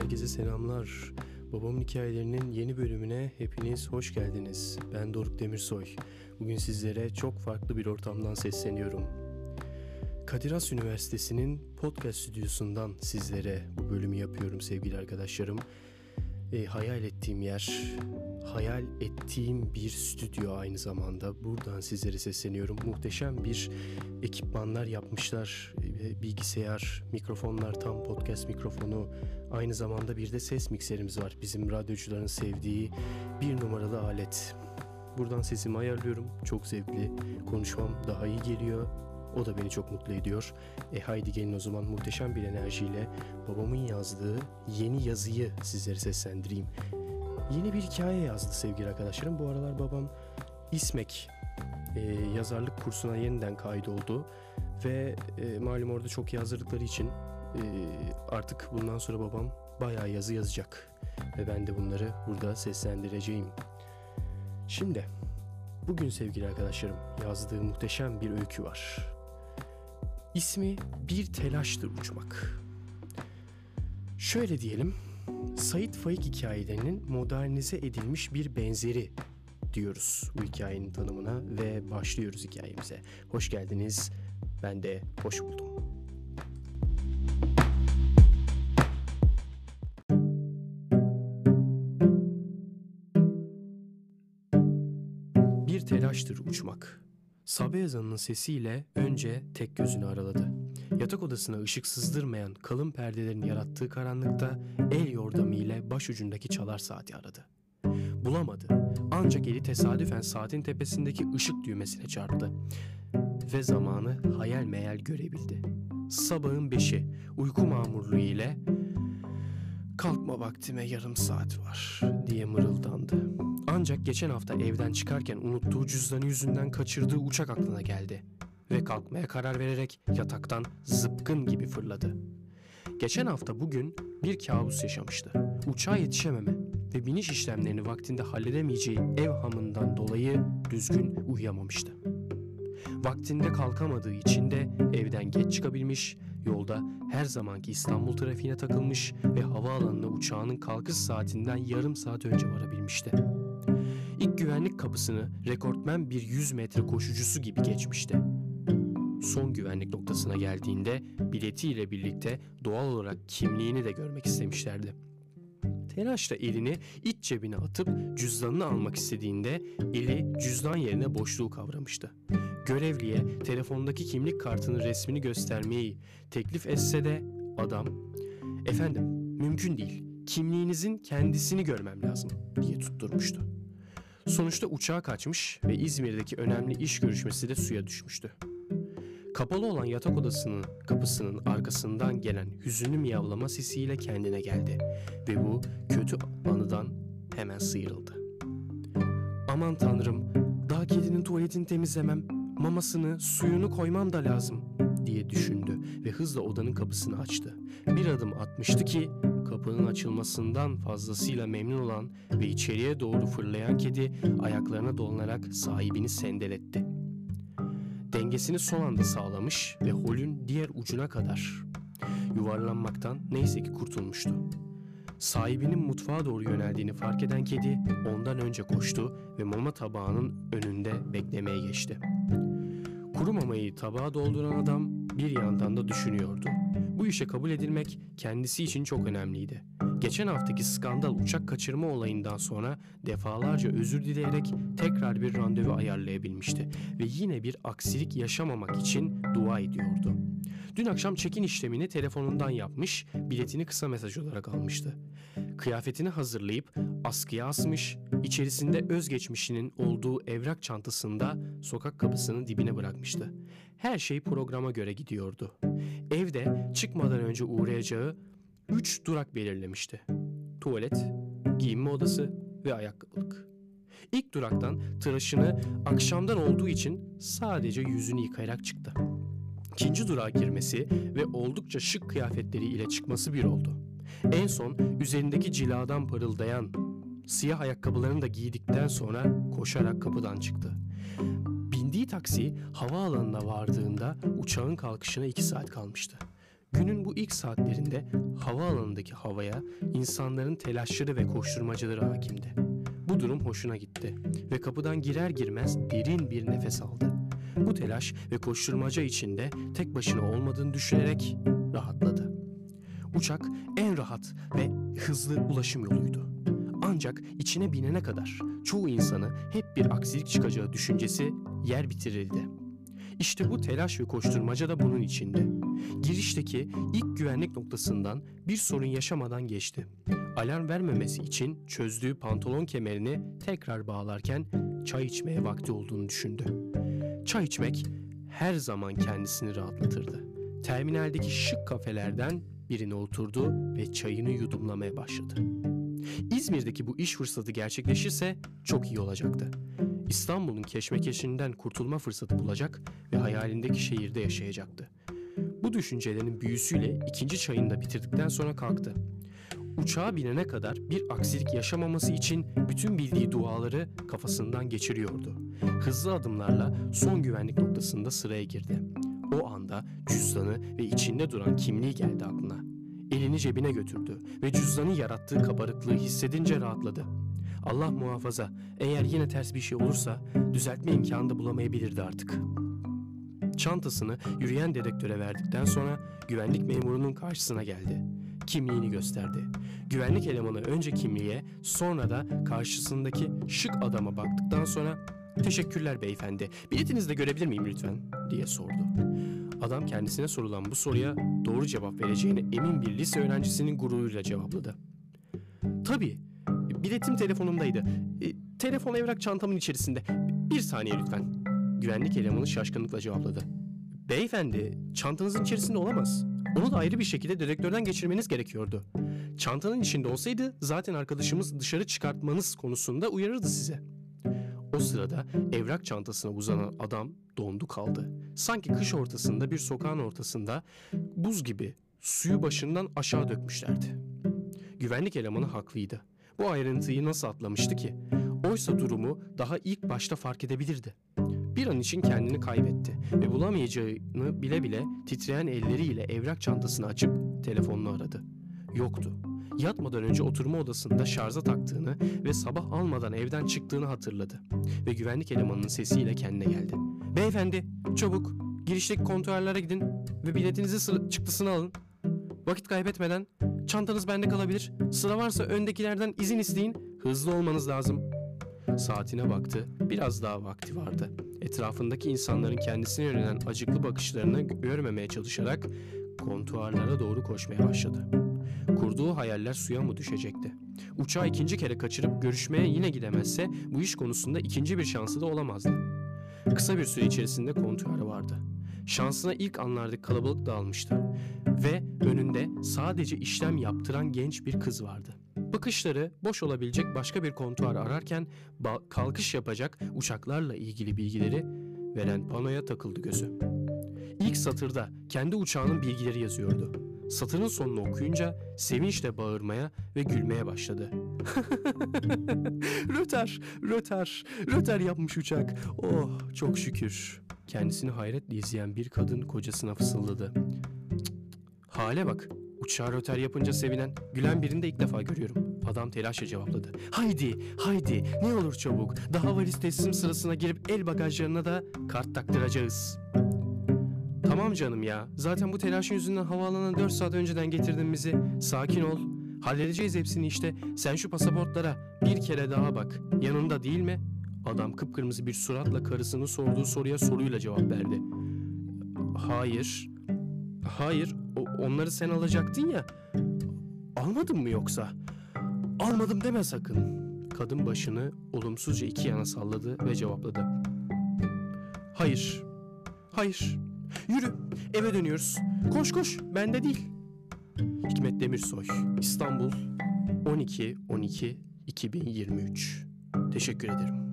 Herkese selamlar. Babamın hikayelerinin yeni bölümüne hepiniz hoş geldiniz. Ben Doruk Demirsoy. Bugün sizlere çok farklı bir ortamdan sesleniyorum. Kadir Has Üniversitesi'nin podcast stüdyosundan sizlere bu bölümü yapıyorum sevgili arkadaşlarım. Hayal ettiğim bir stüdyo aynı zamanda. Buradan sizlere sesleniyorum. Muhteşem bir ekipmanlar yapmışlar. Bilgisayar, mikrofonlar, tam podcast mikrofonu. Aynı zamanda bir de ses mikserimiz var. Bizim radyocuların sevdiği bir numaralı alet. Buradan sesimi ayarlıyorum. Çok zevkli. Konuşmam daha iyi geliyor. O da beni çok mutlu ediyor. Haydi gelin o zaman muhteşem bir enerjiyle babamın yazdığı yeni yazıyı sizlere seslendireyim. Yeni bir hikaye yazdı sevgili arkadaşlarım. Bu aralar babam İSMEK yazarlık kursuna yeniden kaydoldu. Ve malum orada çok yazdırdıkları için artık bundan sonra babam bayağı yazı yazacak. Ve ben de bunları burada seslendireceğim. Şimdi bugün sevgili arkadaşlarım yazdığı muhteşem bir öykü var. İsmi Bir Telaştır Uçmak. Şöyle diyelim, Sait Faik hikayelerinin modernize edilmiş bir benzeri diyoruz bu hikayenin tanımına ve başlıyoruz hikayemize. Hoş geldiniz, ben de hoş buldum. Bir telaştır uçmak. Sabah ezanının sesiyle önce tek gözünü araladı. Yatak odasına ışık sızdırmayan kalın perdelerin yarattığı karanlıkta el yordamı ile başucundaki çalar saati aradı. Bulamadı. Ancak eli tesadüfen saatin tepesindeki ışık düğmesine çarptı. Ve zamanı hayal meyal görebildi. Sabahın 5'i uyku mamurluğu ile "Kalkma vaktime yarım saat var" diye mırıldandı. Ancak geçen hafta evden çıkarken unuttuğu cüzdanı yüzünden kaçırdığı uçak aklına geldi. Ve kalkmaya karar vererek yataktan zıpkın gibi fırladı. Geçen hafta bugün bir kabus yaşamıştı. Uçağa yetişememe ve biniş işlemlerini vaktinde halledemeyeceği ev hamından dolayı düzgün uyuyamamıştı. Vaktinde kalkamadığı için de evden geç çıkabilmiş, yolda her zamanki İstanbul trafiğine takılmış ve havaalanına uçağının kalkış saatinden yarım saat önce varabilmişti. İlk güvenlik kapısını rekortmen bir 100 metre koşucusu gibi geçmişti. Son güvenlik noktasına geldiğinde biletiyle birlikte doğal olarak kimliğini de görmek istemişlerdi. Telaşla elini iç cebine atıp cüzdanını almak istediğinde eli cüzdan yerine boşluğu kavramıştı. Görevliye telefondaki kimlik kartının resmini göstermeyi teklif etse de adam "Efendim, mümkün değil, kimliğinizin kendisini görmem lazım" diye tutturmuştu. Sonuçta uçağa kaçmış ve İzmir'deki önemli iş görüşmesi de suya düşmüştü. Kapalı olan yatak odasının kapısının arkasından gelen hüzünlü miyavlama sesiyle kendine geldi ve bu kötü anıdan hemen sıyrıldı. "Aman tanrım, daha kedinin tuvaletini temizlemem, mamasını, suyunu koymam da lazım" diye düşündü ve hızla odanın kapısını açtı. Bir adım atmıştı ki kapının açılmasından fazlasıyla memnun olan ve içeriye doğru fırlayan kedi ayaklarına dolanarak sahibini sendeletti. Dengesini son anda sağlamış ve holün diğer ucuna kadar yuvarlanmaktan neyse ki kurtulmuştu. Sahibinin mutfağa doğru yöneldiğini fark eden kedi ondan önce koştu ve mama tabağının önünde beklemeye geçti. Kuru mamayı tabağa dolduran adam bir yandan da düşünüyordu. Bu işe kabul edilmek kendisi için çok önemliydi. Geçen haftaki skandal uçak kaçırma olayından sonra defalarca özür dileyerek tekrar bir randevu ayarlayabilmişti ve yine bir aksilik yaşamamak için dua ediyordu. Dün akşam check-in işlemini telefonundan yapmış, biletini kısa mesaj olarak almıştı. Kıyafetini hazırlayıp askıya asmış, içerisinde özgeçmişinin olduğu evrak çantasında sokak kapısının dibine bırakmıştı. Her şey programa göre gidiyordu. Evde çıkmadan önce uğrayacağı 3 durak belirlemişti. Tuvalet, giyinme odası ve ayakkabılık. İlk duraktan tıraşını akşamdan olduğu için sadece yüzünü yıkayarak çıktı. İkinci durağa girmesi ve oldukça şık kıyafetleri ile çıkması bir oldu. En son üzerindeki ciladan parıldayan siyah ayakkabılarını da giydikten sonra koşarak kapıdan çıktı. Bindiği taksi havaalanına vardığında uçağın kalkışına 2 saat kalmıştı. Günün bu ilk saatlerinde havaalanındaki havaya insanların telaşları ve koşturmacaları hakimdi. Bu durum hoşuna gitti ve kapıdan girer girmez derin bir nefes aldı. Bu telaş ve koşturmaca içinde tek başına olmadığını düşünerek rahatladı. Uçak en rahat ve hızlı ulaşım yoluydu. Ancak içine binene kadar çoğu insanı hep bir aksilik çıkacağı düşüncesi yer bitirirdi. İşte bu telaş ve koşturmaca da bunun içinde. Girişteki ilk güvenlik noktasından bir sorun yaşamadan geçti. Alarm vermemesi için çözdüğü pantolon kemerini tekrar bağlarken çay içmeye vakti olduğunu düşündü. Çay içmek her zaman kendisini rahatlatırdı. Terminaldeki şık kafelerden birine oturdu ve çayını yudumlamaya başladı. İzmir'deki bu iş fırsatı gerçekleşirse çok iyi olacaktı. İstanbul'un keşmekeşinden kurtulma fırsatı bulacak ve hayalindeki şehirde yaşayacaktı. Bu düşüncelerin büyüsüyle ikinci çayını da bitirdikten sonra kalktı. Uçağa binene kadar bir aksilik yaşamaması için bütün bildiği duaları kafasından geçiriyordu. Hızlı adımlarla son güvenlik noktasında sıraya girdi. O anda cüzdanı ve içinde duran kimliği geldi aklına. Elini cebine götürdü ve cüzdanı yarattığı kabarıklığı hissedince rahatladı. Allah muhafaza, eğer yine ters bir şey olursa düzeltme imkanı da bulamayabilirdi artık. Çantasını yürüyen dedektöre verdikten sonra güvenlik memurunun karşısına geldi. Kimliğini gösterdi. Güvenlik elemanı önce kimliğe, sonra da karşısındaki şık adama baktıktan sonra "Teşekkürler beyefendi, biletinizi de görebilir miyim lütfen?" diye sordu. Adam kendisine sorulan bu soruya doğru cevap vereceğine emin bir lise öğrencisinin gururuyla cevapladı. "Tabii, biletim telefonumdaydı. Telefon evrak çantamın içerisinde. Bir saniye lütfen." Güvenlik elemanı şaşkınlıkla cevapladı. "Beyefendi, çantanızın içerisinde olamaz. Onu da ayrı bir şekilde dedektörden geçirmeniz gerekiyordu. Çantanın içinde olsaydı zaten arkadaşımız dışarı çıkartmanız konusunda uyarırdı size." O sırada evrak çantasına uzanan adam dondu kaldı. Sanki kış ortasında bir sokağın ortasında buz gibi suyu başından aşağı dökmüşlerdi. Güvenlik elemanı haklıydı. Bu ayrıntıyı nasıl atlamıştı ki? Oysa durumu daha ilk başta fark edebilirdi. Bir an için kendini kaybetti ve bulamayacağını bile bile titreyen elleriyle evrak çantasını açıp telefonunu aradı. Yoktu. Yatmadan önce oturma odasında şarja taktığını ve sabah almadan evden çıktığını hatırladı. Ve güvenlik elemanının sesiyle kendine geldi. "Beyefendi, çabuk girişteki kontörlere gidin ve biletinizi çıktısını alın. Vakit kaybetmeden, çantanız bende kalabilir. Sıra varsa öndekilerden izin isteyin. Hızlı olmanız lazım." Saatine baktı. Biraz daha vakti vardı. Etrafındaki insanların kendisine yönelen acıklı bakışlarını görmemeye çalışarak kontuarlara doğru koşmaya başladı. Kurduğu hayaller suya mı düşecekti? Uçağı ikinci kere kaçırıp görüşmeye yine gidemezse bu iş konusunda ikinci bir şansı da olamazdı. Kısa bir süre içerisinde kontuarı vardı. Şansına ilk anlardaki kalabalık dağılmıştı ve önünde sadece işlem yaptıran genç bir kız vardı. Bakışları boş olabilecek başka bir kontuar ararken kalkış yapacak uçaklarla ilgili bilgileri veren panoya takıldı gözü. İlk satırda kendi uçağının bilgileri yazıyordu. Satırın sonunu okuyunca sevinçle bağırmaya ve gülmeye başladı. Röter yapmış uçak. Oh, çok şükür." Kendisini hayretle izleyen bir kadın kocasına fısıldadı. "Hale bak, uçağı röter yapınca sevinen, gülen birini de ilk defa görüyorum." Adam telaşla cevapladı. Haydi, ne olur çabuk. Daha valiz teslim sırasına girip el bagajlarına da kart taktıracağız." "Tamam canım ya, zaten bu telaşın yüzünden havaalanına 4 saat önceden getirdin bizi. Sakin ol, halledeceğiz hepsini işte. Sen şu pasaportlara bir kere daha bak, yanında değil mi?" Adam kıpkırmızı bir suratla karısının sorduğu soruya soruyla cevap verdi. Hayır, onları sen alacaktın ya. Almadın mı yoksa?" "Almadım deme sakın." Kadın başını olumsuzca iki yana salladı ve cevapladı. Hayır. Yürü, eve dönüyoruz. Koş, bende değil." Hikmet Demirsoy, İstanbul, 12.12.2023. Teşekkür ederim.